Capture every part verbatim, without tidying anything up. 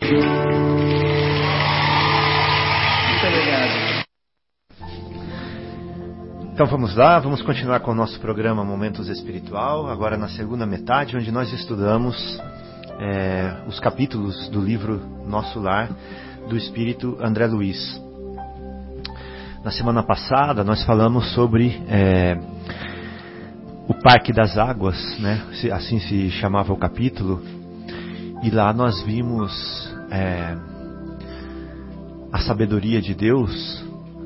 Muito obrigado. Então vamos lá, vamos continuar com o nosso programa Momentos Espiritual, agora na segunda metade, onde nós estudamos é, os capítulos do livro Nosso Lar, do Espírito André Luiz. Na semana passada nós falamos sobre é, o Parque das Águas, né? Assim se chamava o capítulo, e lá nós vimos é, a sabedoria de Deus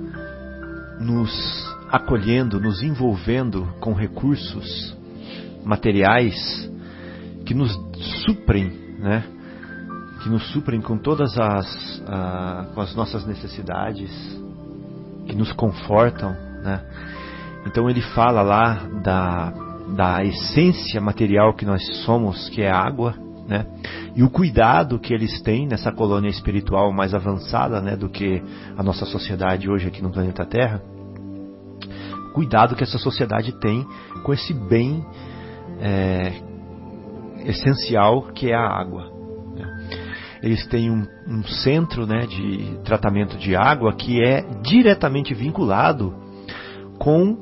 nos acolhendo, nos envolvendo com recursos materiais que nos suprem, né? Que nos suprem com todas as, a, com as nossas necessidades, que nos confortam, né? Então ele fala lá da, da essência material que nós somos, que é a água, né? E o cuidado que eles têm nessa colônia espiritual mais avançada, né, do que a nossa sociedade hoje aqui no planeta Terra. Cuidado que essa sociedade tem com esse bem é, essencial que é a água. Eles têm um, um centro, né, de tratamento de água que é diretamente vinculado com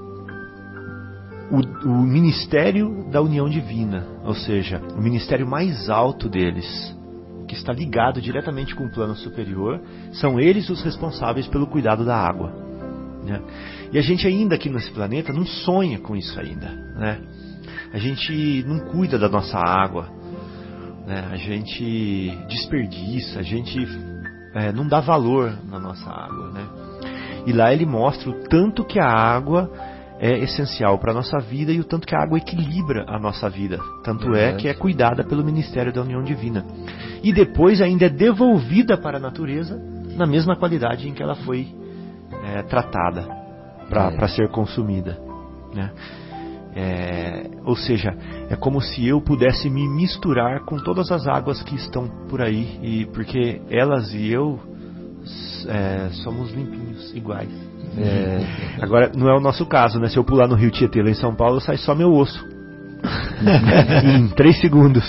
o, o Ministério da União Divina, ou seja, o ministério mais alto deles, que está ligado diretamente com o plano superior. São eles os responsáveis pelo cuidado da água, né? E a gente ainda aqui nesse planeta não sonha com isso ainda, né? A gente não cuida da nossa água, né? A gente desperdiça, a gente é, não dá valor na nossa água, né? E lá ele mostra o tanto que a água é essencial para a nossa vida e o tanto que a água equilibra a nossa vida. Tanto é, é que é cuidada pelo Ministério da União Divina. E depois ainda é devolvida para a natureza na mesma qualidade em que ela foi é, tratada para é. ser consumida, né? É, ou seja, é como se eu pudesse me misturar com todas as águas que estão por aí, e porque elas e eu é, somos limpinhos, iguais. É, agora, não é o nosso caso, né? Se eu pular no Rio Tietê, lá em São Paulo, sai só meu osso. Em três segundos.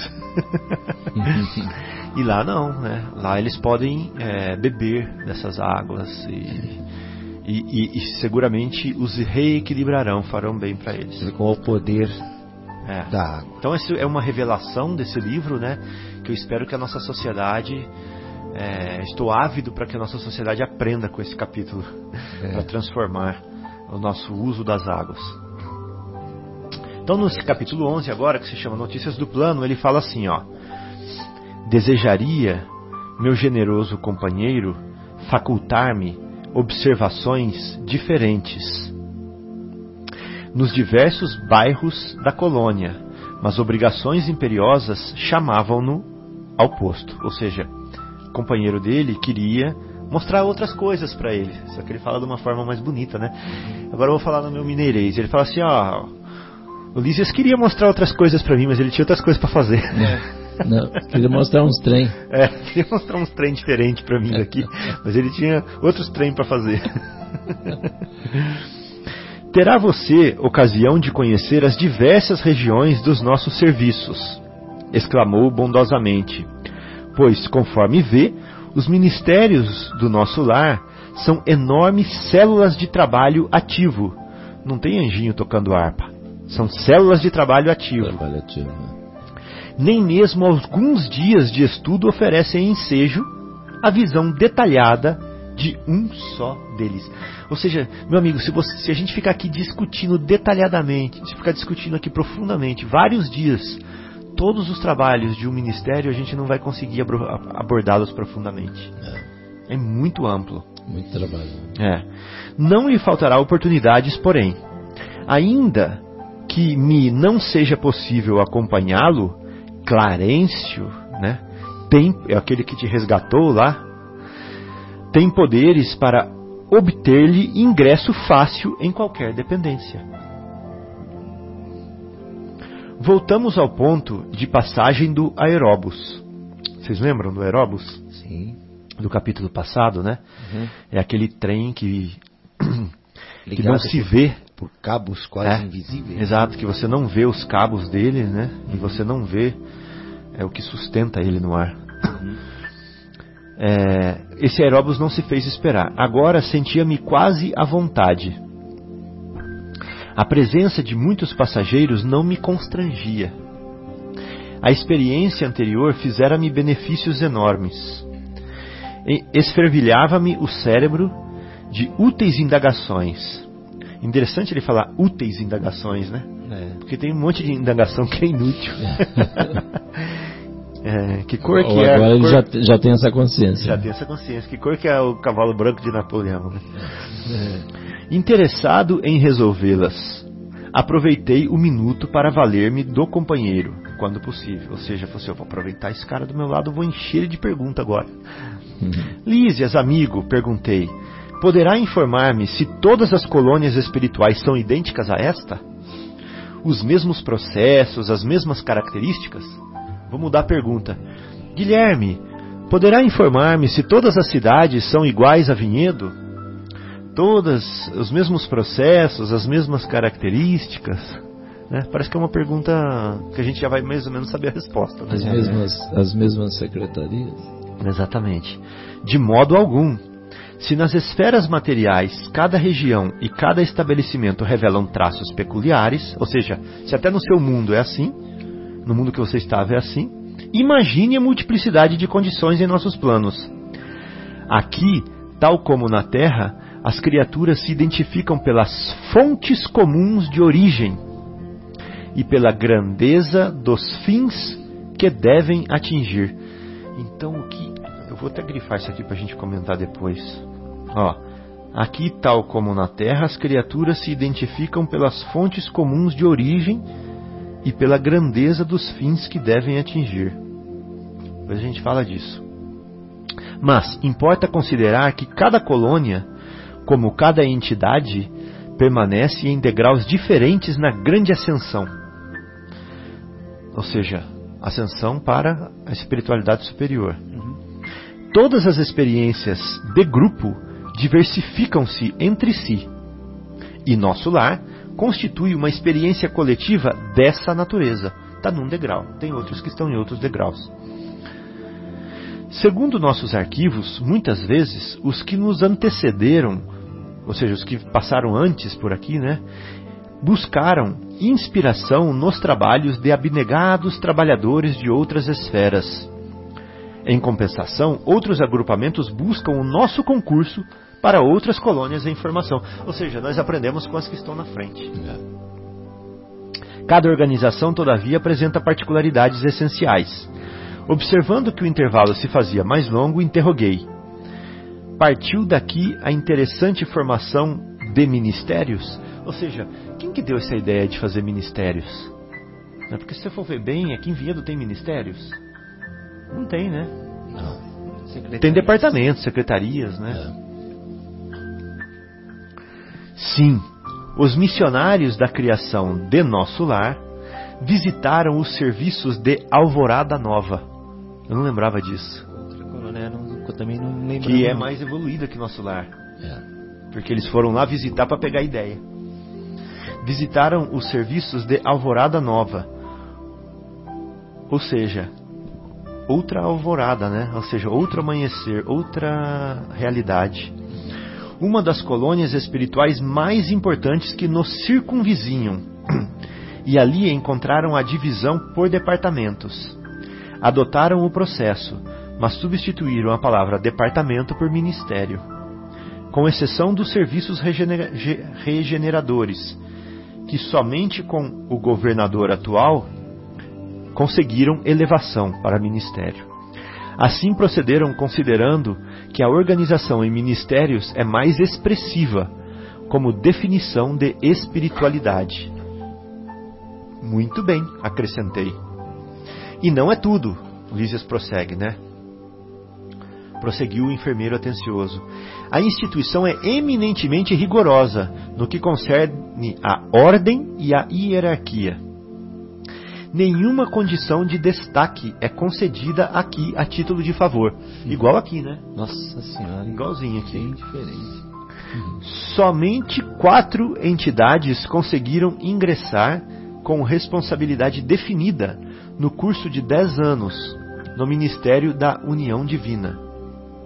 E lá não, né? Lá eles podem é, beber dessas águas e, e, e, e seguramente os reequilibrarão, farão bem para eles. Com o poder é. da água. Então, isso é uma revelação desse livro, né? Que eu espero que a nossa sociedade... É, estou ávido para que a nossa sociedade aprenda com esse capítulo, é. para transformar o nosso uso das águas. Então, nesse capítulo onze agora, que se chama Notícias do Plano, ele fala assim, ó: desejaria, meu generoso companheiro, facultar-me observações diferentes nos diversos bairros da colônia, mas obrigações imperiosas chamavam-no ao posto. Ou seja, o companheiro dele queria mostrar outras coisas para ele, só que ele fala de uma forma mais bonita, né? Agora eu vou falar no meu mineirês. Ele fala assim, ó, o Lísias queria mostrar outras coisas para mim, mas ele tinha outras coisas para fazer. É. Não, queria mostrar uns trem. É, queria mostrar uns trem diferentes para mim daqui, mas ele tinha outros trem para fazer. Terá você ocasião de conhecer as diversas regiões dos nossos serviços, exclamou bondosamente, pois, conforme vê, os ministérios do nosso lar são enormes células de trabalho ativo. Não tem anjinho tocando harpa. São células de trabalho ativo. Trabalho ativo. Nem mesmo alguns dias de estudo oferecem ensejo a visão detalhada de um só deles. Ou seja, meu amigo, se, você, se a gente ficar aqui discutindo detalhadamente, se ficar discutindo aqui profundamente, vários dias, todos os trabalhos de um ministério, a gente não vai conseguir abordá-los profundamente. É. É muito amplo. Muito trabalho. É. Não lhe faltará oportunidades, porém, ainda que me não seja possível acompanhá-lo, Clarencio, né, tem, é aquele que te resgatou lá, tem poderes para obter-lhe ingresso fácil em qualquer dependência. Voltamos ao ponto de passagem do Aeróbus. Vocês lembram do Aeróbus? Sim. Do capítulo passado, né? Uhum. É aquele trem que, que não se vê. Por cabos quase é, invisíveis. Exato, que você não vê os cabos dele, né? E você não vê é, o que sustenta ele no ar. Uhum. É, esse aeróbus não se fez esperar. Agora sentia-me quase à vontade. A presença de muitos passageiros não me constrangia. A experiência anterior fizera-me benefícios enormes. Esfervilhava-me o cérebro de úteis indagações. Interessante ele falar úteis indagações, né? É. Porque tem um monte de indagação que é inútil. É, que cor que é? Agora ele cor... já, já tem essa consciência. Já tem essa consciência. Que cor que é o cavalo branco de Napoleão, né? É. Interessado em resolvê-las, aproveitei o minuto para valer-me do companheiro, quando possível. Ou seja, você, eu vou aproveitar esse cara do meu lado, vou encher ele de pergunta agora. Uhum. Lísias, amigo, perguntei, poderá informar-me se todas as colônias espirituais são idênticas a esta? Os mesmos processos, as mesmas características? Vou mudar a pergunta. Guilherme, poderá informar-me se todas as cidades são iguais a Vinhedo? Todas os mesmos processos, as mesmas características? Né? Parece que é uma pergunta que a gente já vai mais ou menos saber a resposta. Né? As mesmas, as mesmas secretarias? Exatamente. De modo algum. Se nas esferas materiais cada região e cada estabelecimento revelam traços peculiares, ou seja, se até no seu mundo é assim, no mundo que você estava é assim, imagine a multiplicidade de condições em nossos planos. Aqui, tal como na Terra, as criaturas se identificam pelas fontes comuns de origem e pela grandeza dos fins que devem atingir. Então, o que... eu vou até grifar isso aqui para a gente comentar depois. Ó, aqui, tal como na Terra, as criaturas se identificam pelas fontes comuns de origem e pela grandeza dos fins que devem atingir. Depois a gente fala disso. Mas importa considerar que cada colônia, como cada entidade, permanece em degraus diferentes na grande ascensão. Ou seja, ascensão para a espiritualidade superior. Uhum. Todas as experiências de grupo diversificam-se entre si. E nosso lar constitui uma experiência coletiva dessa natureza. Está num degrau, tem outros que estão em outros degraus. Segundo nossos arquivos, muitas vezes, os que nos antecederam, ou seja, os que passaram antes por aqui, né, buscaram inspiração nos trabalhos de abnegados trabalhadores de outras esferas. Em compensação, outros agrupamentos buscam o nosso concurso para outras colônias de informação. Ou seja, nós aprendemos com as que estão na frente. Cada organização, todavia, apresenta particularidades essenciais. Observando que o intervalo se fazia mais longo, interroguei. Partiu daqui a interessante formação de ministérios? Ou seja, quem que deu essa ideia de fazer ministérios? Porque se você for ver bem, aqui em Vinhedo tem ministérios? Não tem, né? Não. Tem departamentos, secretarias, né? É. Sim, os missionários da criação de nosso lar visitaram os serviços de Alvorada Nova. Eu não lembrava disso. Outra colônia, eu também não lembro. Que é mais evoluída que nosso lar. É. Porque eles foram lá visitar para pegar ideia. Visitaram os serviços de Alvorada Nova. Ou seja, outra alvorada, né? Ou seja, outro amanhecer, outra realidade. Uma das colônias espirituais mais importantes que nos circunvizinham. E ali encontraram a divisão por departamentos. Adotaram o processo, mas substituíram a palavra departamento por ministério. Com exceção dos serviços regenera- regeneradores, que somente com o governador atual conseguiram elevação para ministério. Assim procederam considerando que a organização em ministérios é mais expressiva, como definição de espiritualidade. Muito bem, acrescentei. E não é tudo, Lísias prossegue, né? Prosseguiu o enfermeiro atencioso. A instituição é eminentemente rigorosa no que concerne a ordem e a hierarquia. Nenhuma condição de destaque é concedida aqui a título de favor. Igual aqui, né? Nossa Senhora. Igualzinho aqui. Bem diferente. Uhum. Somente quatro entidades conseguiram ingressar com responsabilidade definida no curso de dez anos no Ministério da União Divina.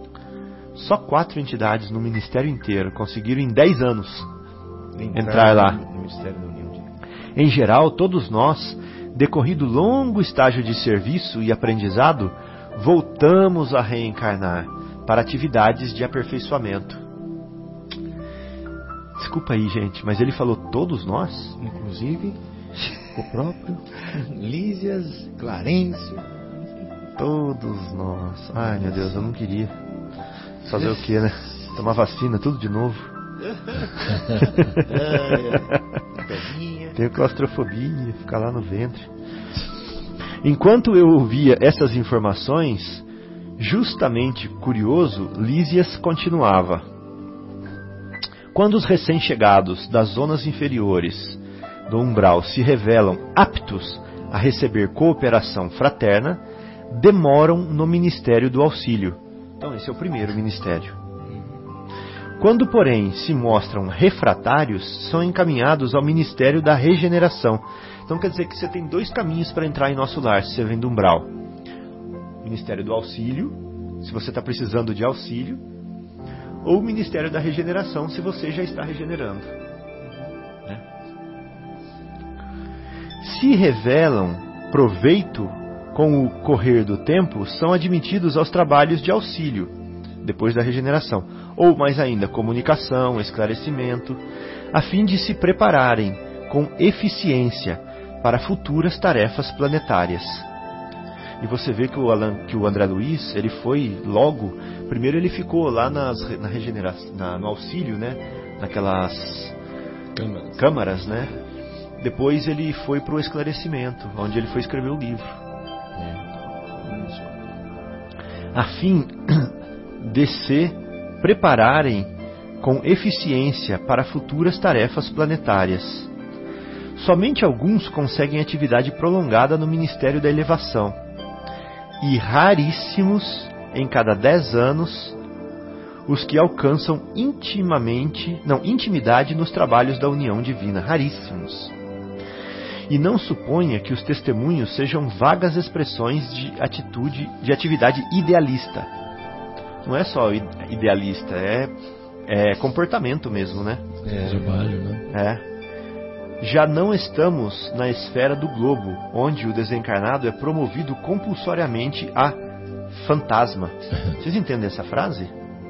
Só quatro entidades no ministério inteiro conseguiram em dez anos Entrar entrar lá. No Ministério da União Divina. Em geral, todos nós, decorrido longo estágio de serviço e aprendizado, voltamos a reencarnar para atividades de aperfeiçoamento. Desculpa aí, gente, mas ele falou todos nós? Inclusive, o próprio Lísias, Clarencio. Todos nós. Ai, meu Deus, eu não queria. Fazer o quê, né? Tomar vacina, tudo de novo. Tenho claustrofobia, ficar lá no ventre. Enquanto eu ouvia essas informações, justamente curioso, Lísias continuava. Quando os recém-chegados das zonas inferiores do umbral se revelam aptos a receber cooperação fraterna, demoram no ministério do auxílio. Então esse é o primeiro ministério. Quando, porém, se mostram refratários, são encaminhados ao ministério da regeneração. Então quer dizer que você tem dois caminhos para entrar em nosso lar, se você vem do umbral. Ministério do auxílio, se você está precisando de auxílio, ou o ministério da regeneração, se você já está regenerando. Né? Se revelam proveito com o correr do tempo, são admitidos aos trabalhos de auxílio, depois da regeneração, ou mais ainda, comunicação, esclarecimento, a fim de se prepararem com eficiência para futuras tarefas planetárias. E você vê que o, Alan, que o André Luiz, ele foi logo, primeiro ele ficou lá nas, na regeneração, na, no auxílio, né, naquelas Câmaras. câmaras, né? Depois ele foi para o esclarecimento, onde ele foi escrever o livro. A fim de se prepararem com eficiência para futuras tarefas planetárias. Somente alguns conseguem atividade prolongada no Ministério da Elevação, e raríssimos, em cada dez anos, os que alcançam intimamente, não, intimidade nos trabalhos da união divina. Raríssimos. E não suponha que os testemunhos sejam vagas expressões de atitude, de atividade idealista. Não é só idealista, é, é comportamento mesmo, né? É, trabalho, né? É. Já não estamos na esfera do globo, onde o desencarnado é promovido compulsoriamente a fantasma. Vocês entendem essa frase?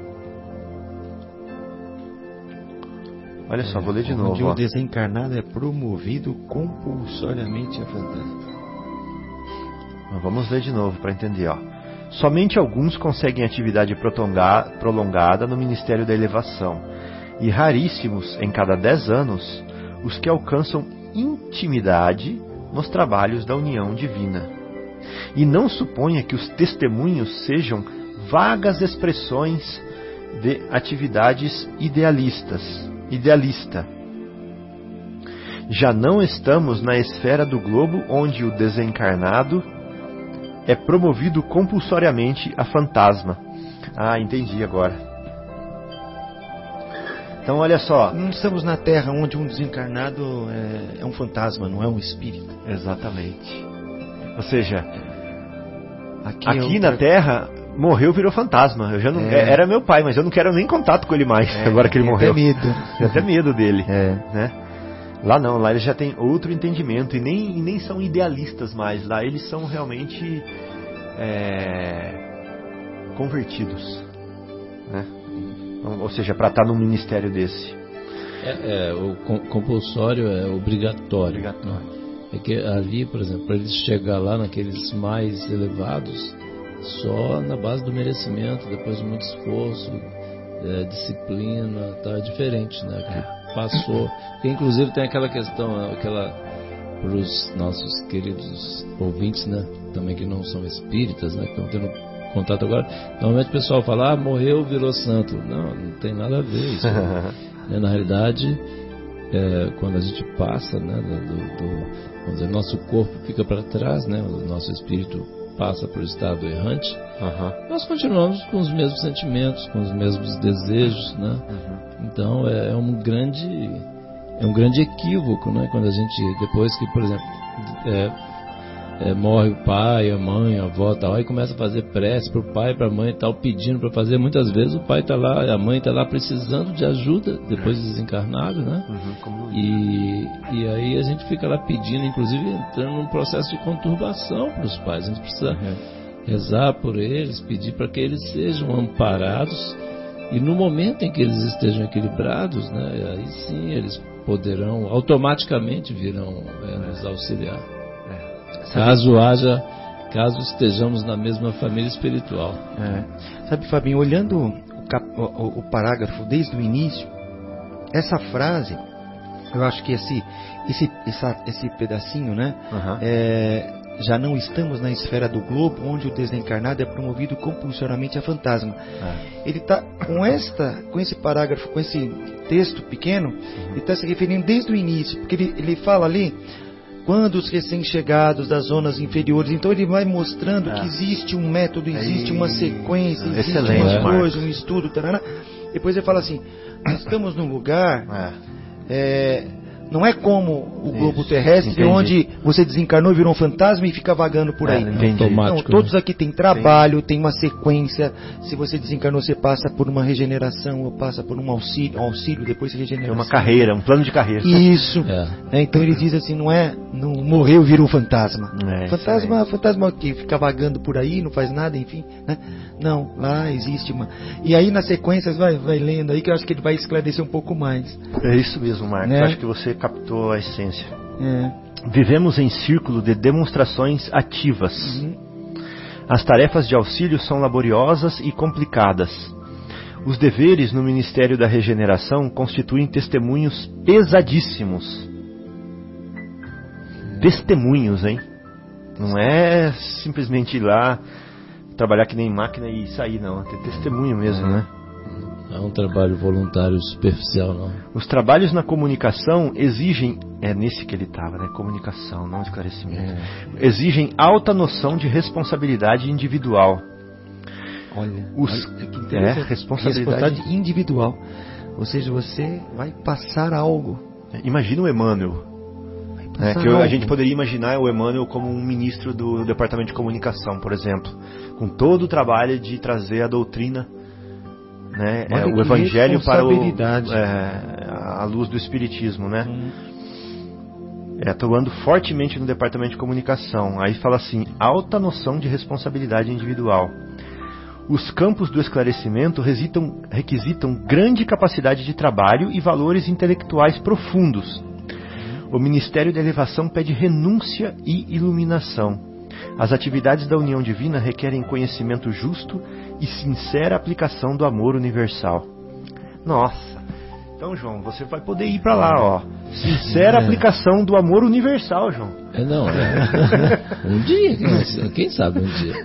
Olha só, vou ler de novo. Onde ó. o desencarnado é promovido compulsoriamente a fantasma. Vamos ler de novo para entender. Ó. Somente alguns conseguem atividade prolongada no Ministério da Elevação, e raríssimos, em cada dez anos, os que alcançam intimidade nos trabalhos da união divina. E não suponha que os testemunhos sejam vagas expressões de atividades idealistas, idealista. Já não estamos na esfera do globo onde o desencarnado é promovido compulsoriamente a fantasma. Ah, entendi agora. Então, olha só. Não estamos na Terra onde um desencarnado é, é um fantasma, não é um espírito. Exatamente. Ou seja, Aqui, aqui é na outra... Terra, morreu, virou fantasma. Eu já não, É. Era meu pai, mas eu não quero nem contato com ele mais, É, agora que ele tem morreu. até medo. Tenho até medo dele. É. Né? Lá não, lá eles já têm outro entendimento e nem, e nem são idealistas mais. Lá eles são realmente é, convertidos. Né? Ou seja, para estar num ministério desse. É, é, o com- compulsório é obrigatório. Obrigatório. Né? É que ali, por exemplo, para eles chegar lá naqueles mais elevados, só na base do merecimento, depois de muito esforço, é, disciplina, tá diferente, né? Que passou. Que inclusive tem aquela questão, aquela para os nossos queridos ouvintes, né? Também que não são espíritas, né? Que estão tendo contato agora. Normalmente o pessoal fala, ah, morreu, virou santo. Não, não tem nada a ver isso. Né? Na realidade, é, quando a gente passa, né, do, do, vamos dizer, nosso corpo fica para trás, né, o nosso espírito passa para o estado errante, Uhum. nós continuamos com os mesmos sentimentos, com os mesmos desejos, né? Uhum. Então é, é um grande é um grande equívoco, né, quando a gente, depois que, por exemplo, é, É, morre o pai, a mãe, a avó, tal, aí começa a fazer prece pro pai, pra mãe, tal, pedindo para fazer. Muitas vezes o pai tá lá, a mãe tá lá precisando de ajuda depois de desencarnado, né? Uhum, como... E, e aí a gente fica lá pedindo, inclusive entrando num processo de conturbação para os pais. A gente precisa uhum. rezar por eles, pedir para que eles sejam amparados, e no momento em que eles estejam equilibrados, né, aí sim eles poderão, automaticamente virão é, nos auxiliar. Caso haja, caso estejamos na mesma família espiritual. É. Sabe, Fabinho, olhando o, cap, o, o parágrafo desde o início, essa frase, eu acho que esse, esse, essa, esse pedacinho, né, uhum. é, já não estamos na esfera do globo, onde o desencarnado é promovido compulsoriamente a fantasma. É. Ele está com esta, com esse parágrafo, com esse texto pequeno, uhum. ele está se referindo desde o início, porque ele, ele fala ali, quando os recém-chegados das zonas inferiores, então ele vai mostrando é. que existe um método, existe uma sequência, existe Excelente, uma coisa, um estudo, tarará. Depois ele fala assim, nós estamos num lugar, é. É, não é como o globo Isso, terrestre, entendi. Onde você desencarnou e virou um fantasma e fica vagando por aí. É, não, todos aqui tem trabalho, tem uma sequência. Se você desencarnou, você passa por uma regeneração, ou passa por um auxílio, um auxílio depois regeneração. É uma carreira, um plano de carreira. Isso. É. É, então ele diz assim, não é, não morreu, vira um fantasma. É, fantasma, fantasma que fica vagando por aí, não faz nada, enfim, né? Não, lá existe uma. E aí nas sequências, vai, vai lendo aí que eu acho que ele vai esclarecer um pouco mais. É isso mesmo, Marcos. Né? Eu acho que você captou a essência. É. Vivemos em círculo de demonstrações ativas. Uhum. As tarefas de auxílio são laboriosas e complicadas. Os deveres no Ministério da Regeneração constituem testemunhos pesadíssimos. É. Testemunhos, hein? Não é simplesmente ir lá, trabalhar que nem máquina e sair, não. É ter testemunho mesmo, né? Não é um trabalho voluntário superficial, não. Os trabalhos na comunicação exigem, é nesse que ele estava, né? Comunicação, não esclarecimento. É. Exigem alta noção de responsabilidade individual. Olha, Os, olha que interessante. É, responsabilidade... responsabilidade individual. Ou seja, você vai passar algo. Imagina o Emmanuel. É, que eu, a gente poderia imaginar o Emmanuel como um ministro do Departamento de Comunicação, por exemplo, com todo o trabalho de trazer a doutrina, né, é, o Evangelho para o, é, a luz do Espiritismo, né? Hum. É, atuando fortemente no Departamento de Comunicação. Aí fala assim, alta noção de responsabilidade individual. Os campos do esclarecimento requisitam, requisitam grande capacidade de trabalho e valores intelectuais profundos. O Ministério da Elevação pede renúncia e iluminação. As atividades da união divina requerem conhecimento justo e sincera aplicação do amor universal. Nossa! Então, João, você vai poder ir para lá, ó. Sincera é. aplicação do amor universal, João. É, não, é. Um dia, quem, quem sabe um dia.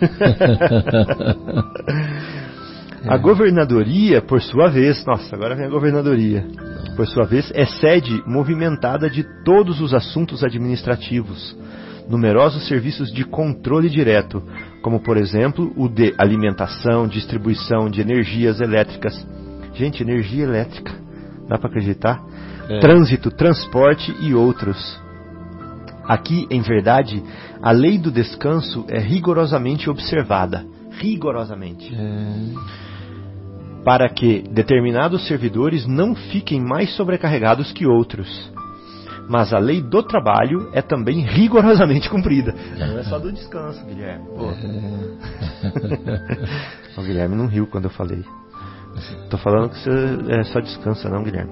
A governadoria, por sua vez, nossa, agora vem a governadoria. Por sua vez, é sede movimentada de todos os assuntos administrativos, numerosos serviços de controle direto, como por exemplo o de alimentação, distribuição de energias elétricas. Gente, energia elétrica, dá para acreditar? É. Trânsito, transporte e outros. Aqui, em verdade, a lei do descanso é rigorosamente observada. Rigorosamente. É. Para que determinados servidores não fiquem mais sobrecarregados que outros. Mas a lei do trabalho é também rigorosamente cumprida. Não é só do descanso, Guilherme. Pô. É. O Guilherme não riu quando eu falei. Tô falando que você é, só descansa, não, Guilherme.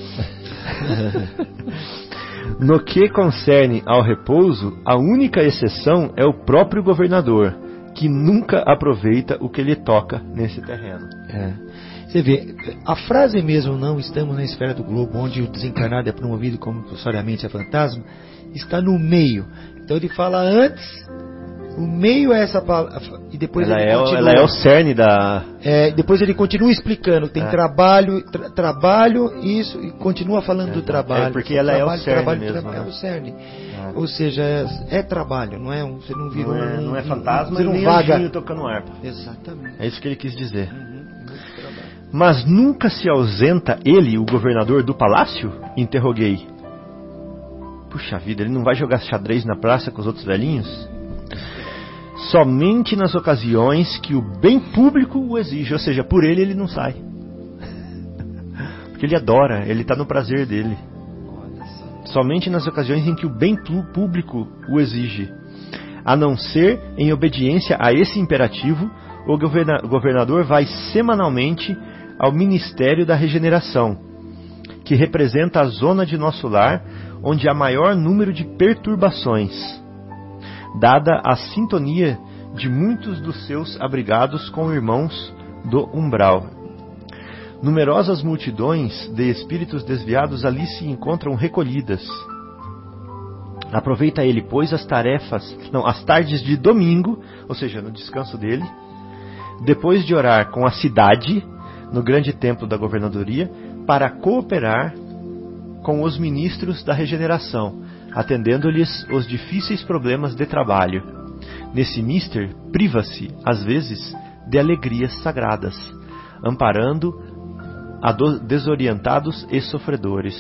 No que concerne ao repouso, a única exceção é o próprio governador, que nunca aproveita o que lhe toca nesse terreno. É. Você vê, a frase mesmo, não estamos na esfera do globo, onde o desencarnado é promovido compulsoriamente a fantasma, está no meio. Então ele fala antes, o meio é essa palavra, e depois ela ele é continua. O, ela é o cerne da... É, depois ele continua explicando, tem é. trabalho, tra, trabalho, isso, e continua falando é, do trabalho. É porque ela trabalho, é o cerne trabalho, mesmo. Trabalho, né? É o cerne. É. Ou seja, é, é trabalho, não é um, você não vira não é, um, não é fantasma, você não nem vaga. Anjinho tocando harpa. Exatamente. É isso que ele quis dizer. Uhum. Mas nunca se ausenta ele, o governador do palácio? Interroguei. Puxa vida, ele não vai jogar xadrez na praça com os outros velhinhos? somente nas ocasiões que o bem público o exige, ou seja, por ele ele não sai. Porque ele adora, ele está no prazer dele. Somente nas ocasiões em que o bem público o exige. A não ser em obediência a esse imperativo, o governa- governador vai semanalmente ao Ministério da Regeneração, que representa a zona de nosso lar onde há maior número de perturbações, dada a sintonia de muitos dos seus abrigados com irmãos do umbral. Numerosas multidões de espíritos desviados ali se encontram recolhidas. Aproveita ele, pois, as tarefas, não, as tardes de domingo, ou seja, no descanso dele, depois de orar com a cidade, no grande templo da governadoria, para cooperar com os ministros da regeneração, atendendo-lhes os difíceis problemas de trabalho. Nesse mister, priva-se, às vezes, de alegrias sagradas, amparando a desorientados e sofredores.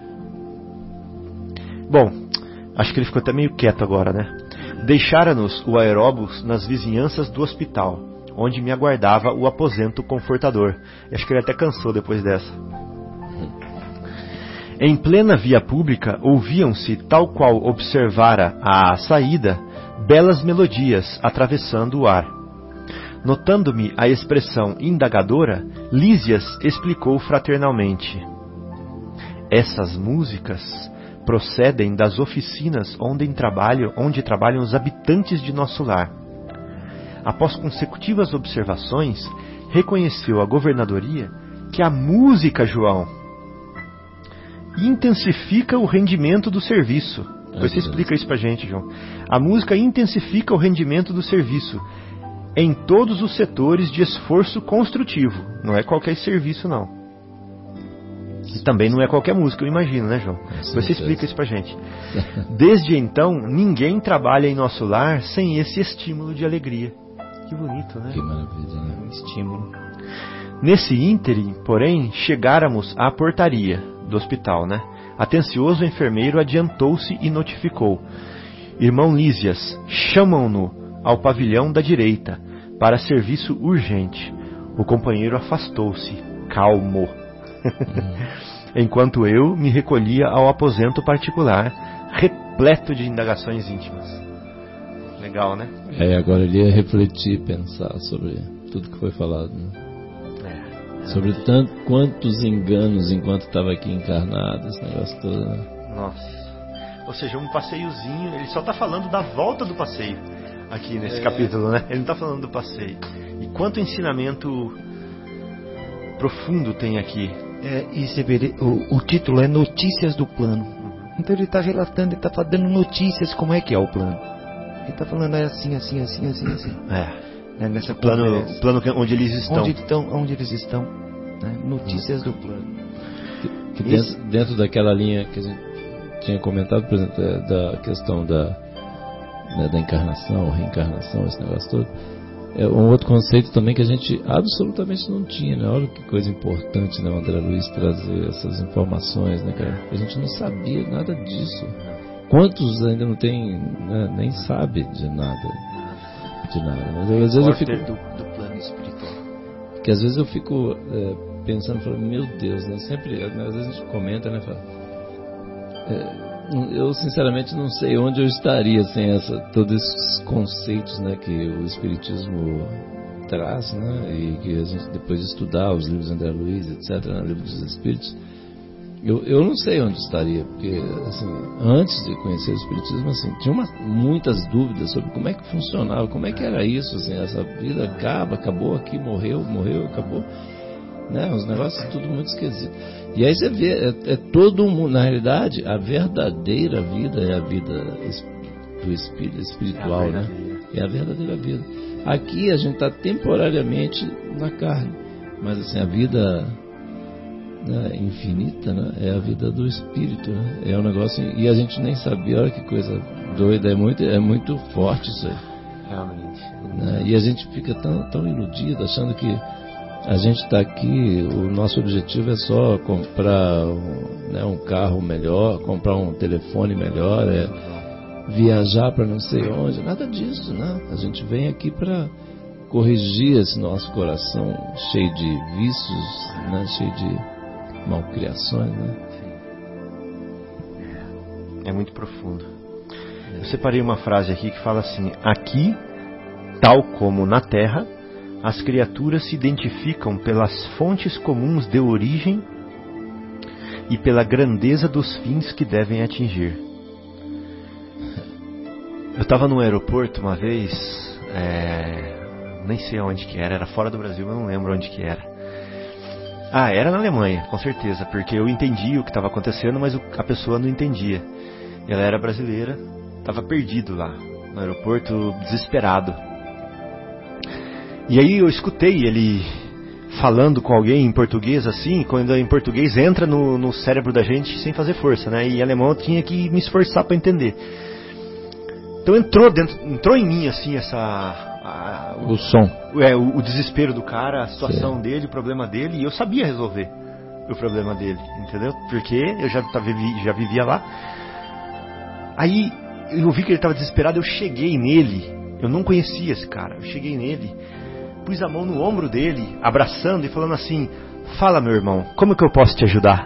Bom, acho que ele ficou até meio quieto agora, né? Deixara-nos o aeróbus nas vizinhanças do hospital, onde me aguardava o aposento confortador. Acho que ele até cansou depois dessa. Em plena via pública, ouviam-se, tal qual observara à saída, belas melodias atravessando o ar. Notando-me a expressão indagadora, Lísias explicou fraternalmente: essas músicas procedem das oficinas onde trabalham, onde trabalham os habitantes de nosso lar. Após consecutivas observações, reconheceu a governadoria que a música, João, intensifica o rendimento do serviço. Depois você explica isso pra gente, João. A música intensifica o rendimento do serviço em todos os setores de esforço construtivo. Não é qualquer serviço, não. E também não é qualquer música, eu imagino, né, João? Depois você explica isso pra gente. Desde então, ninguém trabalha em nosso lar sem esse estímulo de alegria. Que bonito, né? Que maravilha, né? Um estímulo. Nesse ínterim, porém, chegáramos à portaria do hospital, né? Atencioso enfermeiro adiantou-se e notificou: irmão Lísias, chamam-no ao pavilhão da direita, para serviço urgente. O companheiro afastou-se, calmo, hum. enquanto eu me recolhia ao aposento particular, repleto de indagações íntimas. Legal, né? É, agora ele ia refletir, pensar sobre tudo que foi falado, né? É, sobre tanto, quantos enganos enquanto estava aqui encarnado, esse negócio todo, né? Nossa. Ou seja, um passeiozinho, ele só está falando da volta do passeio aqui nesse é. capítulo, né? Ele não está falando do passeio. E quanto ensinamento profundo tem aqui. É, e você vê, o, o título é Notícias do Plano. Então ele está relatando, ele está dando notícias como é que é o plano. Ele está falando é assim, assim, assim, assim, assim. É. é nessa plano, plano onde eles estão. Onde, estão, onde eles estão. Né? Notícias hum. do plano. Que, que dentro, dentro daquela linha que a gente tinha comentado, por exemplo, da questão da, né, da encarnação, reencarnação, esse negócio todo. É um outro conceito também que a gente absolutamente não tinha, né? Olha que coisa importante, né, o André Luiz trazer essas informações, né, cara? A gente não sabia nada disso. Quantos ainda não tem, né, nem sabe de nada, de nada. Mas eu, às vezes eu fico do, do plano espiritual. Que às vezes eu fico é, pensando, falando, meu Deus, né? Sempre, às vezes a gente comenta, né, fala, é, eu sinceramente não sei onde eu estaria sem essa, todos esses conceitos, né, que o Espiritismo traz, né, e que a gente depois de estudar os livros de André Luiz, etcétera, né, livros dos Espíritos, eu, eu não sei onde estaria, porque assim, antes de conhecer o Espiritismo, assim, tinha uma, muitas dúvidas sobre como é que funcionava, como é que era isso, assim, essa vida acaba, acabou aqui, morreu, morreu, acabou. Né, os negócios tudo muito esquisito. E aí você vê, é, é todo mundo, na realidade, a verdadeira vida é a vida do espírito espiritual, é né? É a verdadeira vida. Aqui a gente está temporariamente na carne, mas assim, a vida, né, infinita, né, é a vida do espírito, né? É um negócio, e a gente nem sabia, olha que coisa doida, é muito, é muito forte isso aí. Realmente. Né? E a gente fica tão, tão iludido, achando que a gente está aqui, o nosso objetivo é só comprar, né, um carro melhor, comprar um telefone melhor, é, viajar para não sei onde, nada disso, né? A gente vem aqui para corrigir esse nosso coração cheio de vícios, né? Cheio de malcriações, né? É muito profundo. Eu separei uma frase aqui que fala assim: aqui, tal como na terra, as criaturas se identificam pelas fontes comuns de origem e pela grandeza dos fins que devem atingir. Eu estava no aeroporto uma vez, é, nem sei onde que era, era fora do Brasil, eu não lembro onde que era. Ah, era na Alemanha, com certeza, porque eu entendi o que estava acontecendo, mas a pessoa não entendia. Ela era brasileira, estava perdido lá no aeroporto, desesperado. E aí eu escutei ele falando com alguém em português, assim, quando em português entra no, no cérebro da gente sem fazer força, né? E em alemão eu tinha que me esforçar para entender. Então entrou dentro, entrou em mim assim essa a, o, o som, é, o, o desespero do cara, a situação Sim. dele, o problema dele, e eu sabia resolver o problema dele, entendeu? Porque eu já tava, já vivia lá. Aí eu vi que ele estava desesperado, eu cheguei nele, eu não conhecia esse cara, eu cheguei nele, pus a mão no ombro dele, abraçando e falando assim: fala, meu irmão, como que eu posso te ajudar?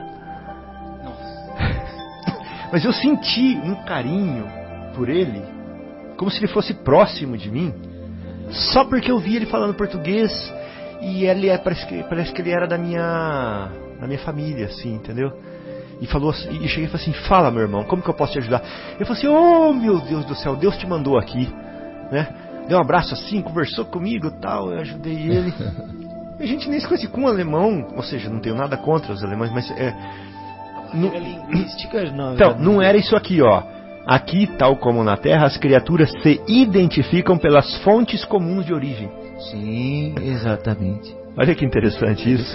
Nossa. Mas eu senti um carinho por ele, como se ele fosse próximo de mim, só porque eu vi ele falando português, e ele é, parece, que, parece que ele era da minha, da minha família, assim, entendeu? E falou assim, e cheguei e falei assim: fala, meu irmão, como que eu posso te ajudar? Ele falou assim: oh meu Deus do céu, Deus te mandou aqui, né? Deu um abraço assim, conversou comigo e tal, eu ajudei ele. E a gente nem se conhece com um alemão, ou seja, não tenho nada contra os alemães, mas é... Não, linguística, não, então, não era isso aqui, ó. Aqui, tal como na Terra, as criaturas se identificam pelas fontes comuns de origem. Sim, exatamente. Olha que interessante isso.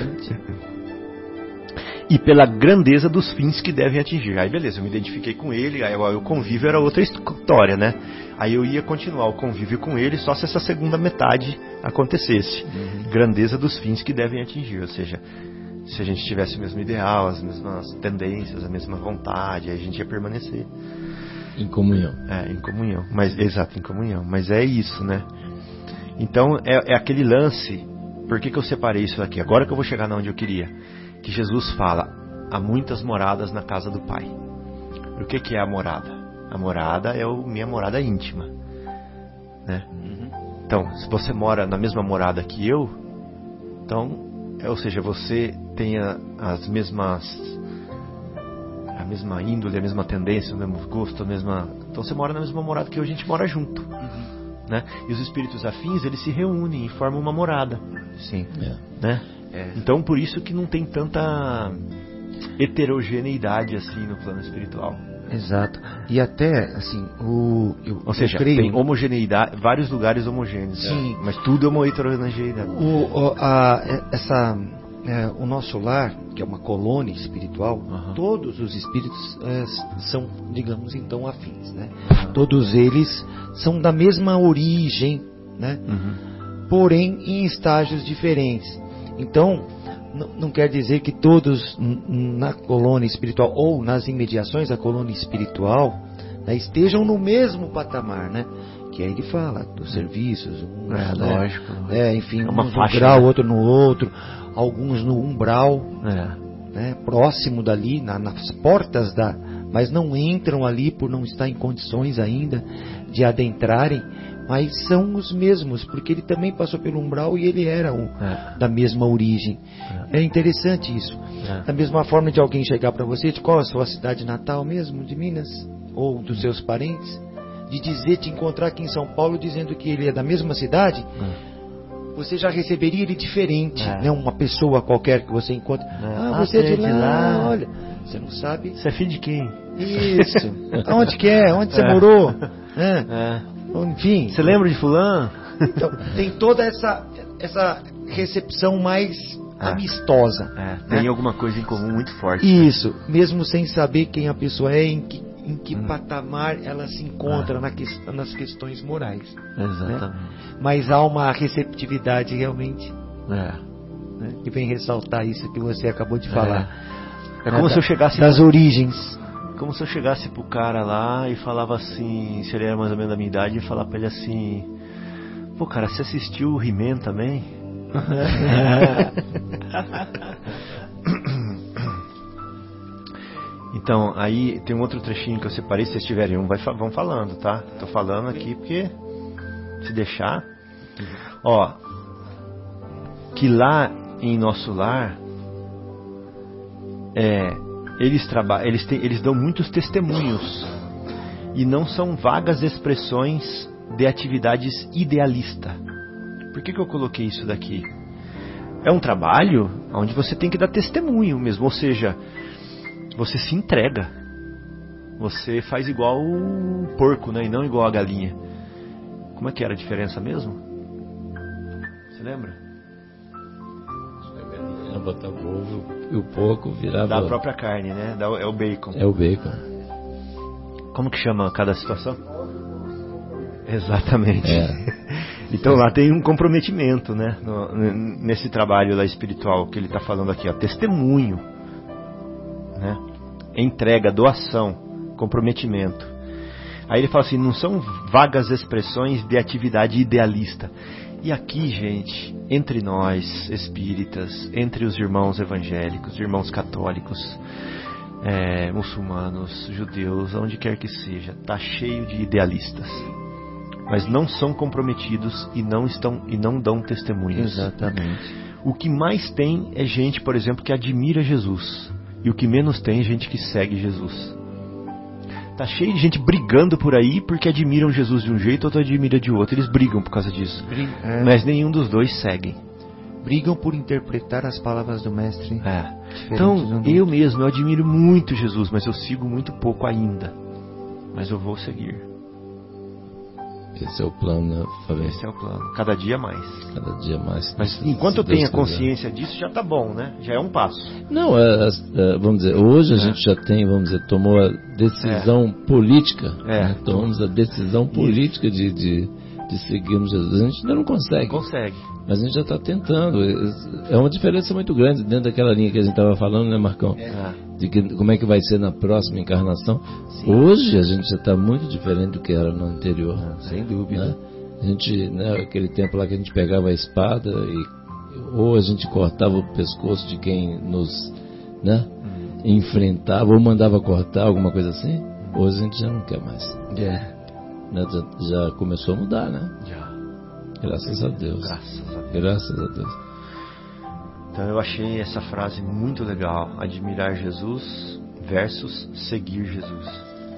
E pela grandeza dos fins que devem atingir. Aí beleza, eu me identifiquei com ele, aí o convívio era outra história, né? Aí eu ia continuar o convívio com ele só se essa segunda metade acontecesse. Uhum. Grandeza dos fins que devem atingir, ou seja, se a gente tivesse o mesmo ideal, as mesmas tendências, a mesma vontade, aí a gente ia permanecer. Em comunhão. É, em comunhão. Mas, exato, em comunhão. Mas é isso, né? Então, é, é aquele lance. Por que que eu separei isso aqui? Agora que eu vou chegar na onde eu queria. Que Jesus fala: há muitas moradas na casa do Pai. O que que é a morada? A morada é a minha morada íntima, né? Uhum. Então, se você mora na mesma morada que eu, então, é, ou seja, você tem a, as mesmas... a mesma índole, a mesma tendência, o mesmo gosto, a mesma... Então você mora na mesma morada que eu, a gente mora junto. Uhum. Né? E os espíritos afins, eles se reúnem e formam uma morada. Sim. É. Né? É. Então por isso que não tem tanta heterogeneidade assim no plano espiritual. Exato. E até, assim, o... Eu, Ou seja, eu creio... tem homogeneidade, vários lugares homogêneos. Sim. É. Mas tudo é uma heterogeneidade. O, o, a, essa... É, o nosso lar, que é uma colônia espiritual, uhum. Todos os espíritos é, são, digamos então, afins, né? Uhum. Todos eles são da mesma origem, né? Uhum. Porém em estágios diferentes. Então, n- não quer dizer que todos n- na colônia espiritual ou nas imediações da colônia espiritual, né, estejam no mesmo patamar, né? Que aí ele fala dos serviços, uns, é, né? lógico, é, enfim, é uma uns faixa, no grau, né? outro no outro, alguns no umbral, é. né? Próximo dali, na, nas portas da, mas não entram ali por não estar em condições ainda de adentrarem, mas são os mesmos, porque ele também passou pelo umbral e ele era um, é. da mesma origem. É, é interessante isso. É. Da mesma forma de alguém chegar para você, de qual é a sua cidade natal mesmo, de Minas, ou dos seus parentes, de dizer, te encontrar aqui em São Paulo dizendo que ele é da mesma cidade, hum. você já receberia ele diferente, é. né? Uma pessoa qualquer que você encontra. É. Ah, você ah, é de lá, lá, olha. Você não sabe. Você é filho de quem? Isso. Onde que é? Onde você é. morou? É. É. Enfim. Você lembra de fulano? Então, tem toda essa, essa recepção mais é. amistosa. É. Né? Tem alguma coisa em comum muito forte. Isso. Né? Mesmo sem saber quem a pessoa é, em que em que hum. patamar ela se encontra ah. na que, nas questões morais. Exatamente. Né? Mas há uma receptividade realmente é. né? que vem ressaltar isso que você acabou de falar. É, é como né? se eu chegasse... Das origens. Como se eu chegasse pro cara lá e falava assim, se ele era mais ou menos da minha idade, e falar pra ele assim: pô, cara, você assistiu o He-Man também? Então, aí tem um outro trechinho que eu separei, se vocês tiverem um, vai, vão falando, tá? Tô falando aqui porque, se deixar... Ó, que lá em nosso lar, é, eles, traba, eles, te, eles dão muitos testemunhos, e não são vagas expressões de atividades idealistas. Por que que eu coloquei isso daqui? É um trabalho onde você tem que dar testemunho mesmo, ou seja... Você se entrega. Você faz igual o porco, né? E não igual a galinha. Como é que era a diferença mesmo? Você lembra? A galinha botava ovo e o porco virava... Da própria carne, né? É o bacon. É o bacon. Como que chama cada situação? Exatamente. É. Então lá tem um comprometimento, né? No, nesse trabalho lá espiritual que ele está falando aqui, ó. Testemunho. Né? Entrega, doação, comprometimento. Aí ele fala assim, não são vagas expressões de atividade idealista. E aqui, gente, entre nós espíritas, entre os irmãos evangélicos, irmãos católicos, é, muçulmanos, judeus, onde quer que seja, está cheio de idealistas, mas não são comprometidos e não estão e não dão testemunhos. Exatamente. O que mais tem é gente, por exemplo, que admira Jesus. E o que menos tem é gente que segue Jesus. Tá cheio de gente brigando por aí porque admiram Jesus de um jeito, outro admira de outro. Eles brigam por causa disso. É. Mas nenhum dos dois seguem. Brigam por interpretar as palavras do Mestre. É. Então, eu mesmo, eu admiro muito Jesus, mas eu sigo muito pouco ainda. Mas eu vou seguir. Esse é o plano, né, Fabinho? Esse é o plano. Cada dia mais. Cada dia mais. Mas enquanto eu tenha consciência disso, já tá bom, né? Já é um passo. Não, é, é, vamos dizer, hoje a é. gente já tem, vamos dizer, tomou a decisão é. política. É. Né? Tomamos a decisão política de, de, de seguirmos Jesus. A gente ainda não consegue. Consegue. Mas a gente já está tentando. É uma diferença muito grande dentro daquela linha que a gente estava falando, né, Marcão? É. De que, como é que vai ser na próxima encarnação. Sim. Hoje a gente já está muito diferente do que era no anterior. Não, sem dúvida. Né? A gente, né, aquele tempo lá que a gente pegava a espada e ou a gente cortava o pescoço de quem nos, né, hum. enfrentava ou mandava cortar, alguma coisa assim. Hoje a gente já não quer mais. É. Né, já, já começou a mudar, né? Já. Graças a Deus. Graças a Deus. Graças a Deus. Então eu achei essa frase muito legal. Admirar Jesus versus seguir Jesus.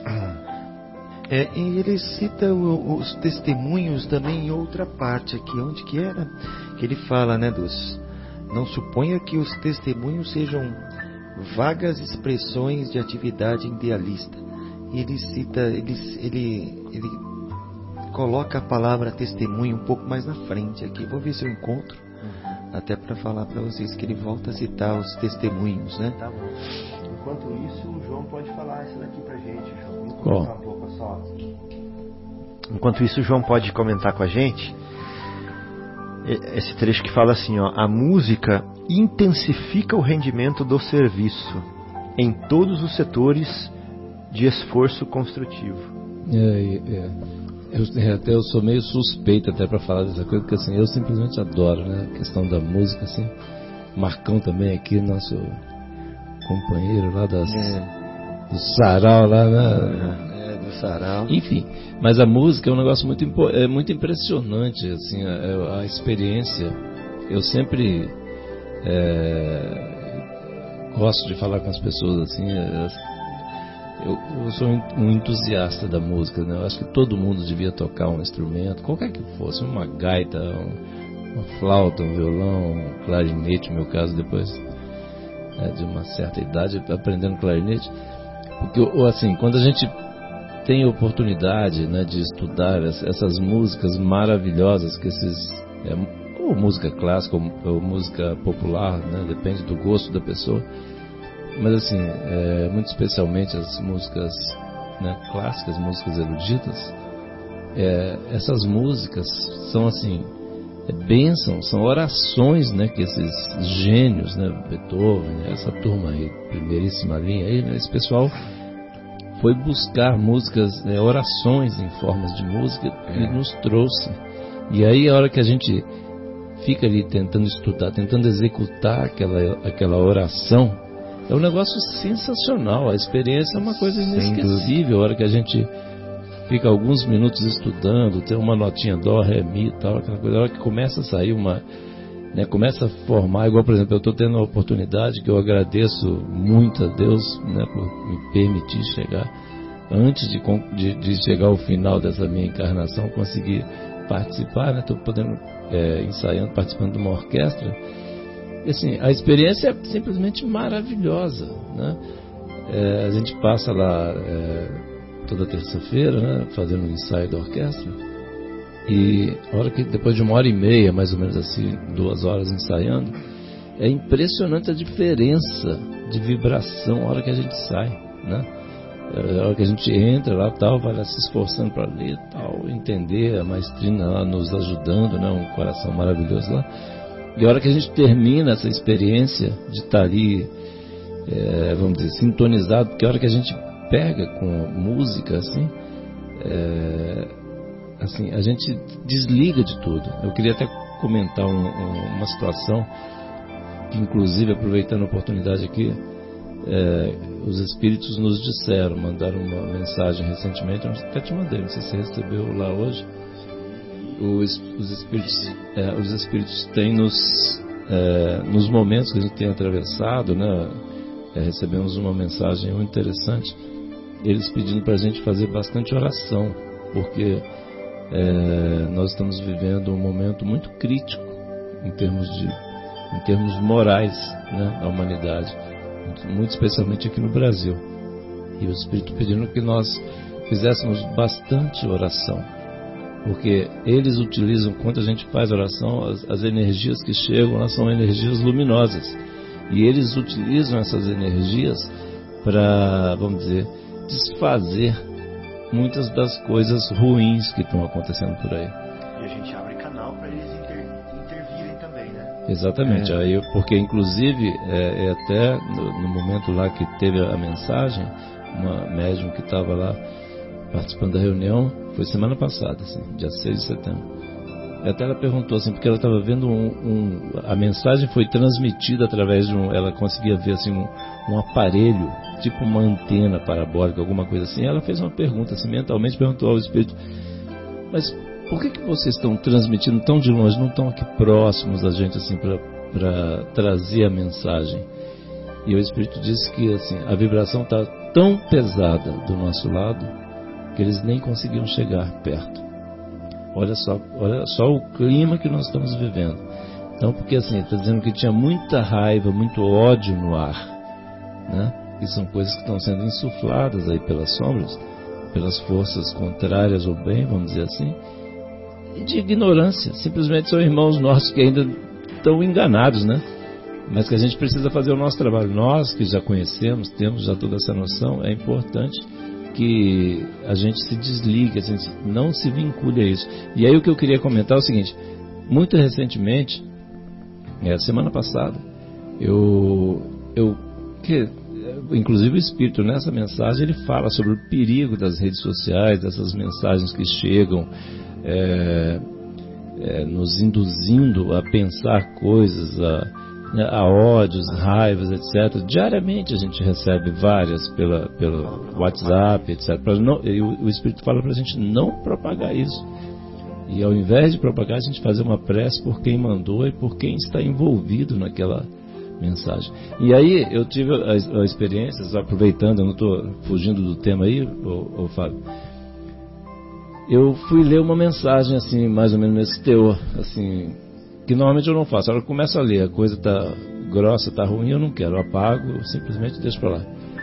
É, e ele cita o, os testemunhos também em outra parte aqui. Onde que era? Que ele fala, né, dos... Não suponha que os testemunhos sejam vagas expressões de atividade idealista. Ele cita... Ele, ele, ele coloca a palavra testemunho um pouco mais na frente aqui. Vou ver se eu encontro. Até para falar para vocês que ele volta a citar os testemunhos, né? Tá bom. Enquanto isso, o João pode falar isso daqui pra gente, João. Vamos Qual? comentar um pouco só. Enquanto isso, o João pode comentar com a gente esse trecho que fala assim, ó: a música intensifica o rendimento do serviço em todos os setores de esforço construtivo. É, é. Eu, até eu sou meio suspeito até para falar dessa coisa, porque assim, eu simplesmente adoro, né, a questão da música, assim. Marcão também aqui, nosso companheiro lá das, é. do sarau lá, né? É, do sarau. Enfim, mas a música é um negócio muito, é muito impressionante, assim, a, a experiência. Eu sempre é, gosto de falar com as pessoas, assim, é, Eu, eu sou um entusiasta da música, né? Eu acho que todo mundo devia tocar um instrumento, qualquer que fosse, uma gaita, um, uma flauta, um violão, um clarinete, no meu caso, depois, né, de uma certa idade, aprendendo clarinete. Porque, assim, quando a gente tem a oportunidade, né, de estudar essas músicas maravilhosas, que esses, é, ou música clássica, ou, ou música popular, né, depende do gosto da pessoa. Mas assim, é, muito especialmente as músicas, né, clássicas, músicas eruditas, é, essas músicas são assim, é, bênçãos, são orações, né, que esses gênios, né, Beethoven, essa turma aí, primeiríssima linha aí, né, esse pessoal foi buscar músicas, né, orações em formas de música é. e nos trouxe. E aí a hora que a gente fica ali tentando estudar, tentando executar aquela, aquela oração, é um negócio sensacional. A experiência é uma coisa inesquecível. A hora que a gente fica alguns minutos estudando, tem uma notinha dó, ré, mi, tal, aquela coisa, a hora que começa a sair uma, né, começa a formar, igual por exemplo, eu estou tendo a oportunidade que eu agradeço muito a Deus, né, por me permitir chegar, antes de, de, de chegar ao final dessa minha encarnação, conseguir participar, né, estou podendo, é, ensaiando, participando de uma orquestra. E, assim, a experiência é simplesmente maravilhosa, né? É, a gente passa lá é, toda terça-feira, né, fazendo um ensaio da orquestra, e a hora que, depois de uma hora e meia, mais ou menos assim, duas horas ensaiando, é impressionante a diferença de vibração a hora que a gente sai, né? A hora que a gente entra lá, tal, vai lá se esforçando para ler, tal, entender, a maestrina lá nos ajudando, né, um coração maravilhoso lá. E a hora que a gente termina essa experiência de estar ali, é, vamos dizer, sintonizado, porque a hora que a gente pega com música, assim, é, assim, a gente desliga de tudo. Eu queria até comentar um, um, uma situação que, inclusive, aproveitando a oportunidade aqui, é, os espíritos nos disseram, mandaram uma mensagem recentemente, eu até te mandei, não sei se você recebeu lá hoje. Os, os espíritos, é, os espíritos têm nos, é, nos momentos que a gente tem atravessado, né, é, recebemos uma mensagem muito interessante, eles pedindo para a gente fazer bastante oração, porque é, nós estamos vivendo um momento muito crítico em termos de, em termos morais, né, na humanidade, muito especialmente aqui no Brasil. E o Espírito pedindo que nós fizéssemos bastante oração, porque eles utilizam, quando a gente faz oração, as, as energias que chegam, elas são energias luminosas, e eles utilizam essas energias para, vamos dizer, desfazer muitas das coisas ruins que estão acontecendo por aí. E a gente abre canal para eles inter, intervirem também, né? Exatamente, é. Aí, porque inclusive é, é até no, no momento lá que teve a mensagem, uma médium que estava lá participando da reunião, foi semana passada, assim, dia seis de setembro. E até ela perguntou assim, porque ela estava vendo um, um, a mensagem foi transmitida através de um, ela conseguia ver assim um, um aparelho, tipo uma antena parabólica, alguma coisa assim. Ela fez uma pergunta assim, mentalmente perguntou ao Espírito: mas por que que vocês estão transmitindo tão de longe, não estão aqui próximos da gente assim para trazer a mensagem? E o Espírito disse que assim, a vibração está tão pesada do nosso lado que eles nem conseguiam chegar perto. Olha só, olha só o clima que nós estamos vivendo. Então, porque assim, está dizendo que tinha muita raiva, muito ódio no ar, né? E são coisas que estão sendo insufladas aí pelas sombras, pelas forças contrárias ao bem, vamos dizer assim, e de ignorância. Simplesmente são irmãos nossos que ainda estão enganados, né? Mas que a gente precisa fazer o nosso trabalho. Nós que já conhecemos, temos já toda essa noção, é importante que a gente se desligue, a gente não se vincule a isso. E aí o que eu queria comentar é o seguinte: muito recentemente, é, semana passada, eu, eu que, inclusive o Espírito nessa mensagem ele fala sobre o perigo das redes sociais, dessas mensagens que chegam é, é, nos induzindo a pensar coisas, a a ódios, raivas, etcétera. Diariamente a gente recebe várias pela, pelo WhatsApp, etcétera. Pra não, e o, o Espírito fala para a gente não propagar isso. E ao invés de propagar, a gente fazer uma prece por quem mandou e por quem está envolvido naquela mensagem. E aí eu tive a, a experiência, aproveitando, eu não estou fugindo do tema aí, ô, ô Fábio. Eu fui ler uma mensagem assim, mais ou menos nesse teor, assim, que normalmente eu não faço. Agora eu começo a ler, a coisa está grossa, está ruim, eu não quero, eu apago, eu simplesmente deixo para lá.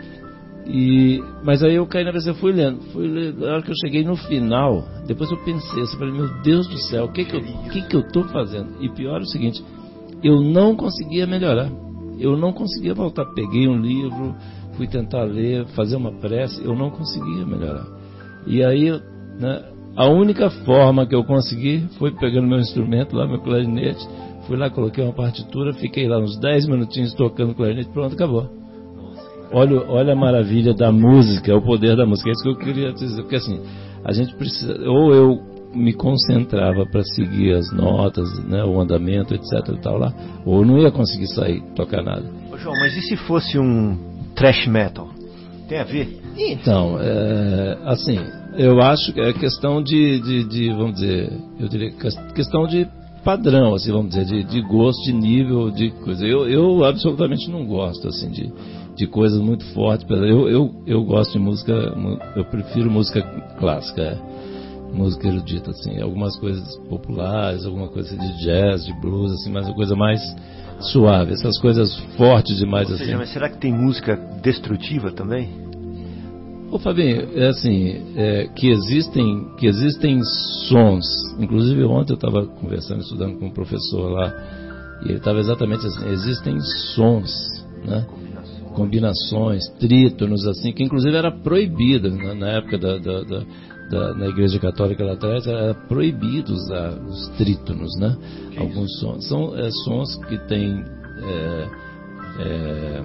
E, mas aí eu caí na vez, eu fui lendo, fui lendo, na hora que eu cheguei no final, depois eu pensei assim, falei, meu Deus do céu, o que que eu que que eu estou fazendo? E pior é o seguinte, eu não conseguia melhorar, eu não conseguia voltar. Peguei um livro, fui tentar ler, fazer uma prece, eu não conseguia melhorar. E aí, né, a única forma que eu consegui foi pegando meu instrumento lá, meu clarinete, fui lá, coloquei uma partitura, fiquei lá uns dez minutinhos tocando clarinete, pronto, acabou. olha, olha a maravilha da música, o poder da música. É isso que eu queria dizer, porque assim, a gente precisa, ou eu me concentrava para seguir as notas, né, o andamento, etc e tal lá, ou eu não ia conseguir sair, tocar nada. Ô, João, mas e se fosse um thrash metal? Tem a ver? Então, é, assim, eu acho que é questão de, de, de, vamos dizer, eu diria questão de padrão, assim, vamos dizer, de, de gosto, de nível, de coisa. Eu, eu absolutamente não gosto, assim, de, de coisas muito fortes. Eu, eu, eu gosto de música, eu prefiro música clássica, é, música erudita, assim, algumas coisas populares, alguma coisa de jazz, de blues, assim, mas uma coisa mais suave. Essas coisas fortes demais, Ou seja, assim. Mas será que tem música destrutiva também? Ô Fabinho, é assim, é, que, existem, que existem sons, inclusive ontem eu estava conversando, estudando com um professor lá, e ele estava exatamente assim, existem sons, né? Combinações, Combinações trítonos, assim, que inclusive era proibido, né? Na época da, da, da, da na Igreja Católica lá atrás, era proibido usar os trítonos, né? Alguns sons, são é, sons que têm... É, é,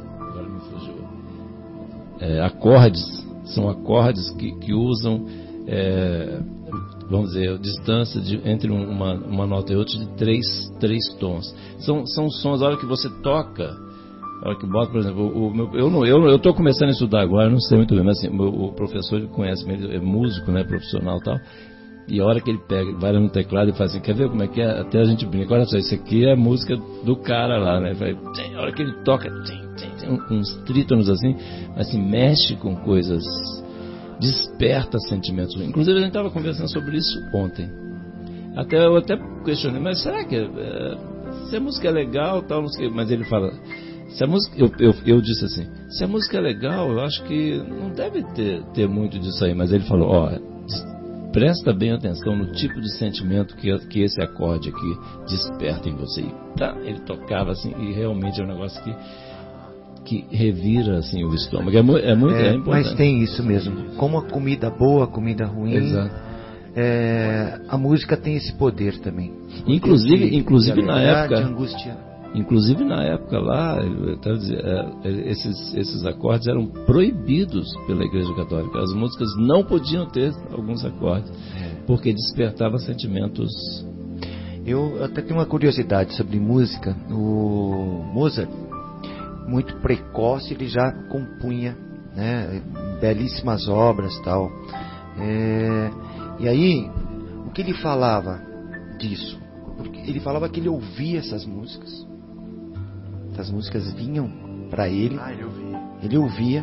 É, acordes, são acordes que, que usam, é, vamos dizer, a distância de, entre uma, uma nota e outra de três, três tons. São, são sons, a hora que você toca, a hora que bota, por exemplo, o, o meu, eu não, eu estou começando a estudar agora, não sei muito bem, mas assim, o, o professor ele conhece, ele é músico, né, profissional e tal, e a hora que ele pega, vai lá no teclado e faz assim, quer ver como é que é? Até a gente brinca, olha só, isso aqui é a música do cara lá, né? Vai, a hora que ele toca, tem, tem, tem uns trítonos assim, assim, mexe com coisas, desperta sentimentos. Inclusive a gente estava conversando sobre isso ontem. Até eu até questionei, mas será que é, se a música é legal, tal, não sei, mas ele fala, se a música, eu, eu, eu disse assim, se a música é legal, eu acho que não deve ter, ter muito disso aí, mas ele falou, ó, presta bem atenção no tipo de sentimento que, que esse acorde aqui desperta em você. E, tá, ele tocava assim, e realmente é um negócio que, que revira assim, o estômago. É, mu é muito é, é importante. Mas tem isso mesmo. Como a comida boa, a comida ruim, é, a música tem esse poder também. Inclusive, de, inclusive de na época... De angústia. Inclusive na época lá, esses, esses acordes eram proibidos pela Igreja Católica. As músicas não podiam ter alguns acordes, porque despertava sentimentos. Eu até tenho uma curiosidade sobre música. O Mozart, muito precoce, ele já compunha, né, belíssimas obras e tal. É, e aí, o que ele falava disso? Porque ele falava que ele ouvia essas músicas. As músicas vinham para ele, ah, ele ouvia, ele ouvia.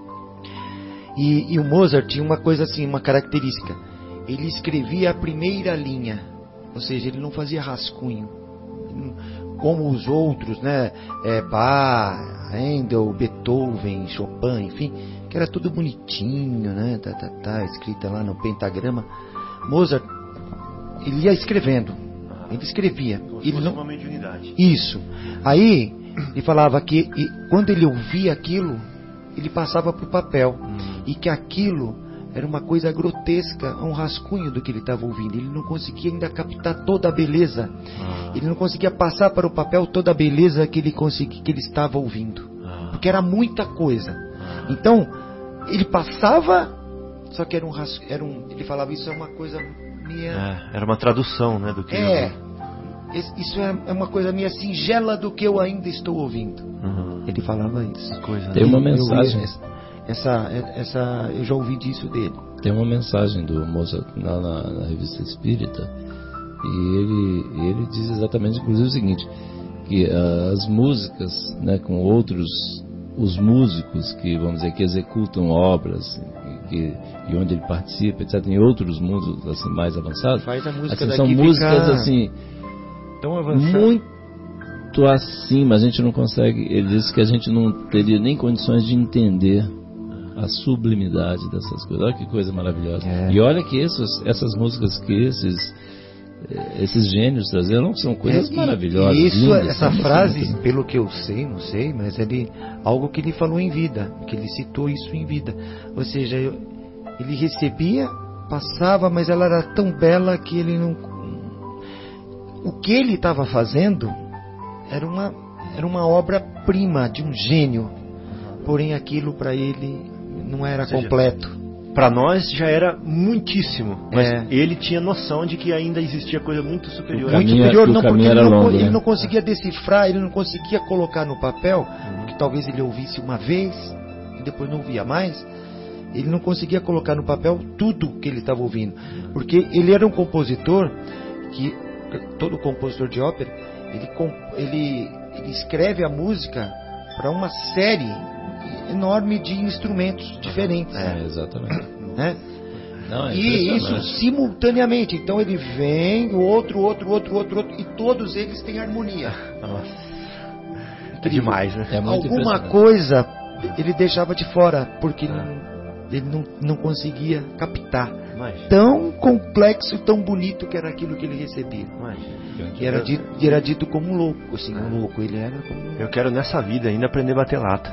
E, e o Mozart tinha uma coisa assim, uma característica, ele escrevia a primeira linha, ou seja, ele não fazia rascunho, como os outros, né, é, Bach, Handel, Beethoven, Chopin, enfim, que era tudo bonitinho, né, tá, tá, tá, escrita lá no pentagrama. Mozart, ele ia escrevendo, ele escrevia, ele não... uma mediunidade. Isso. Aí ele falava que e, quando ele ouvia aquilo, ele passava para o papel. Hum. E que aquilo era uma coisa grotesca, um rascunho do que ele estava ouvindo. Ele não conseguia ainda captar toda a beleza. Ah. Ele não conseguia passar para o papel toda a beleza que ele, conseguia, que ele estava ouvindo. Ah. Porque era muita coisa. Ah. Então, ele passava, só que era um, era um... Ele falava, isso é uma coisa minha... É, era uma tradução, né, do que... É... Eu... Isso é uma coisa minha singela do que eu ainda estou ouvindo. Uhum. Ele falava isso. Coisa, Tem uma mensagem. Essa, essa, eu já ouvi disso dele. Tem uma mensagem do Mozart na, na, na Revista Espírita, e ele, ele diz exatamente, inclusive, o seguinte, que uh, as músicas, né, com outros, os músicos que, vamos dizer, que executam obras, que, e onde ele participa, etcétera, em outros mundos assim, mais avançados, Faz a música assim, são músicas ficar... assim... muito acima, a gente não consegue, ele disse que a gente não teria nem condições de entender a sublimidade dessas coisas. Olha que coisa maravilhosa. É. E olha que esses, essas músicas que esses esses gênios trazeram são coisas é, maravilhosas. E isso, lindas, essa frase, muito... pelo que eu sei, não sei, mas ele, algo que ele falou em vida, que ele citou isso em vida. Ou seja, eu, ele recebia, passava, mas ela era tão bela que ele não... O que ele estava fazendo era uma, era uma obra-prima de um gênio. porém aquilo para ele não era Ou seja, completo. Para nós já era muitíssimo, mas É. ele tinha noção de que ainda existia coisa muito superior. Muito caminho- superior, o não, porque caminho ele era não, longo, ele né? não conseguia decifrar, ele não conseguia colocar no papel, que talvez ele ouvisse uma vez e depois não via mais. Ele não conseguia colocar no papel tudo que ele estava ouvindo, porque ele era um compositor que, todo compositor de ópera, ele, com- ele, ele escreve a música para uma série enorme de instrumentos diferentes, É, exatamente. né? Não, é E isso impressionante. simultaneamente. Então ele vem, o outro, outro, outro, outro, outro, e todos eles têm harmonia. Nossa. É demais, né? É muito Alguma impressionante. coisa ele deixava de fora, porque não, ele não, não conseguia captar. Imagina. Tão complexo, tão bonito que era aquilo que ele recebia. Imagina. E era dito, e era dito como um louco, assim, um louco. Ele era como um... Eu quero nessa vida ainda aprender a bater lata.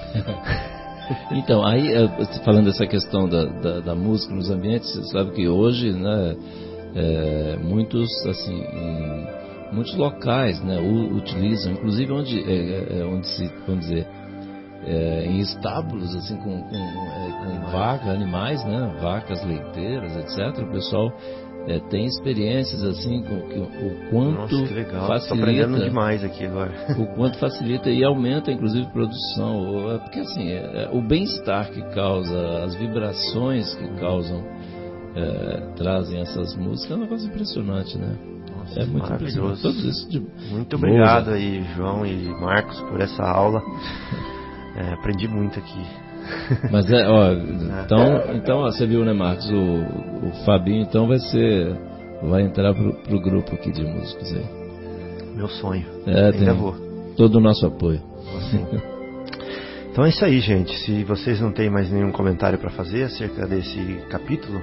Então, aí, eh, falando dessa questão da, da, da música nos ambientes, você sabe que hoje, né, é, muitos, assim, em muitos locais, né, u- utilizam, inclusive onde, é, é, onde se, vamos dizer, é, em estábulos, assim, com, com, é, com vaca, animais, né, vacas leiteiras, etcétera, o pessoal é, tem experiências, assim, com, que, o quanto Nossa, que legal. Tô aprendendo facilita... demais aqui agora. o quanto facilita e aumenta inclusive produção, ou- é porque assim é- é o bem-estar que causa, as vibrações que causam, é, trazem essas músicas, é um negócio impressionante, né? Nossa, É muito maravilhoso. impressionante. Tudo isso de Muito boa, obrigado né? aí, João e Marcos, por essa aula. É, aprendi muito aqui. Mas é, ó, então, então ó, você viu, né, Marcos? O, o Fabinho então vai ser, vai entrar pro, pro grupo aqui de músicos aí. Meu sonho. É, Ainda tem vou. todo o nosso apoio. Assim. Então é isso aí, gente. Se vocês não têm mais nenhum comentário para fazer acerca desse capítulo,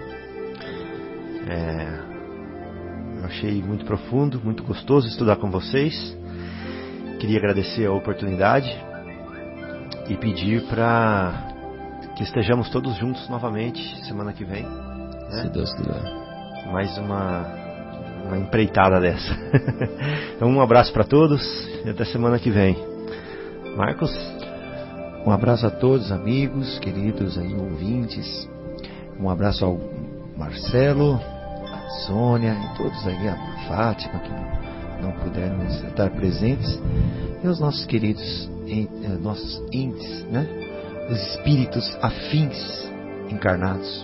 é, eu achei muito profundo, muito gostoso estudar com vocês. Queria agradecer a oportunidade e pedir para que estejamos todos juntos novamente semana que vem, né? Se Deus quiser. Mais uma, uma empreitada dessa. Então um abraço para todos e até semana que vem. Marcos? Um abraço a todos, amigos, queridos aí, ouvintes. Um abraço ao Marcelo, a Sônia e todos aí, a Fátima, que não puderam estar presentes. E os nossos queridos, en- eh, nossos entes, né? Os espíritos afins, encarnados.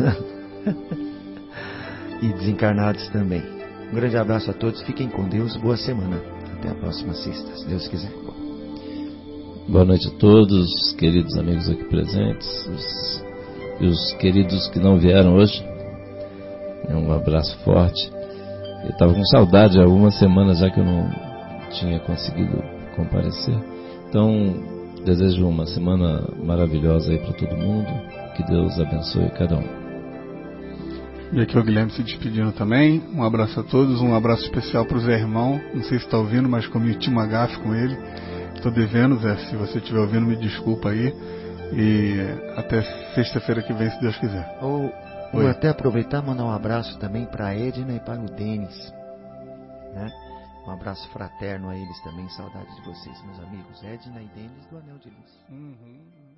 E desencarnados também. Um grande abraço a todos, fiquem com Deus, boa semana. Até a próxima sexta, se Deus quiser. Boa noite a todos, queridos amigos aqui presentes, os, e os queridos que não vieram hoje. Um abraço forte. Eu estava com saudade há algumas semanas já que eu não tinha conseguido comparecer. Então, desejo uma semana maravilhosa aí para todo mundo. Que Deus abençoe cada um. E aqui é o Guilherme se despedindo também. Um abraço a todos, um abraço especial para o Zé Irmão. Não sei se está ouvindo, mas cometi uma gafe com ele. Estou devendo, Zé. Se você estiver ouvindo, me desculpa aí. E até sexta-feira que vem, se Deus quiser. Ou vou até aproveitar e mandar um abraço também para a Edna e para o Denis, né? Um abraço fraterno a eles também, saudade de vocês, meus amigos. Edna e Denis do Anel de Luz. Uhum.